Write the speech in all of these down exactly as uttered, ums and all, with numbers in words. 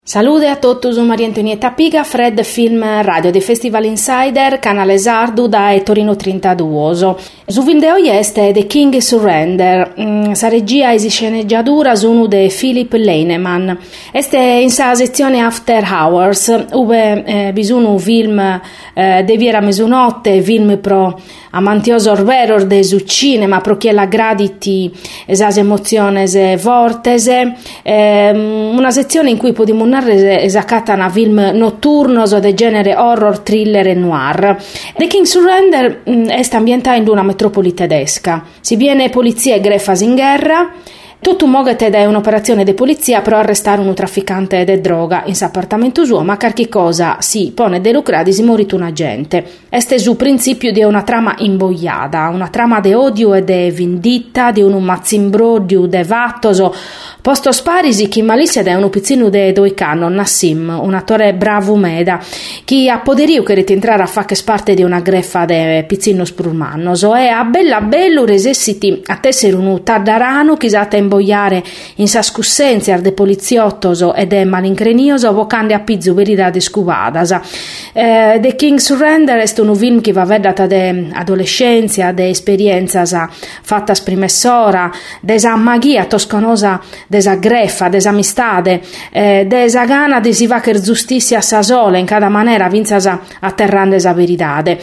Salute a tutti, sono Maria Antonietta Piga, Fred Film Radio di Festival Insider, canale Sardu da Torino trentadue. Su film de oggi è The King Surrender, mm, sa regia e sceneggiatura sono di Philip Leinemann. Este in sa sezione After Hours, dove eh, bisogna un film eh, de Viera Mesunotte, film pro amantioso horror de su cinema, pro chi la graditi esas emoziones vortese, eh, una sezione in cui possiamo narrare esaccata una film notturno o de genere horror, thriller e noir. The King Surrender mh, è ambientata in una metropoli tedesca. Si viene polizia e greffas in guerra. Tutto mogete è un'operazione di polizia per arrestare un trafficante di droga in appartamento suo, ma qualche cosa si pone delucrati si morito un agente. Este su principio di una trama imboiata, una trama di odio e di vendetta, di un mazzimbrodio de vattoso. Posto sparisi chi malizia è un pizzino de doicano, Nassim, un attore bravo meda, chi ha poderio che entrare a fare parte di una greffa de pizzino sprurmannoso e a bella bello resessiti a tessere un tardarano chi sa imboiare in sa scussenzia de poliziottoso ed è malincrenioso vocande a pizzo verità scuvadas. Eh, The King Surrender è un film che va vedata de adolescenza, de esperienza fatta sprimessora, de sa magia toscanosa de sa greffa, de sa amistade, eh, de sa gana de si va che giustizia sa sola in cada maniera vinzasa atterrande sa veritade.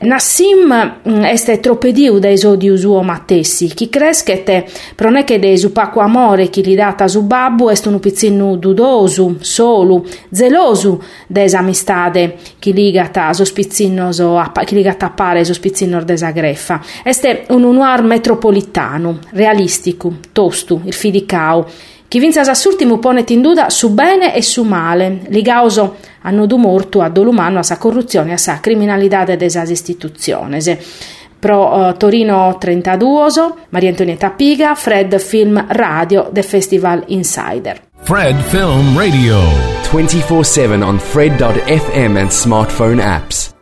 Nassim este troppediu de esodiu suo mattessi, chi creschete proneche de su pacco amore chi li data su babbu est un pizzinu dudosu, solu, zelosu de sa amistade chi ligata sospizzinnoso chi ligata appare sospizzinno de sa greffa. Este un noir metropolitano, realistico, tostu, il fidicau, chi vinza s'assurtimu ponet in duda su bene e su male, ligauso a nudu mortu a dolumano a sa corruzione e a sa criminalità de sa istituziones. Pro uh, Torino trentadue, Maria Antonietta Piga, Fred Film Radio, The Festival Insider. Fred Film Radio. twenty-four seven on Fred dot f m and smartphone apps.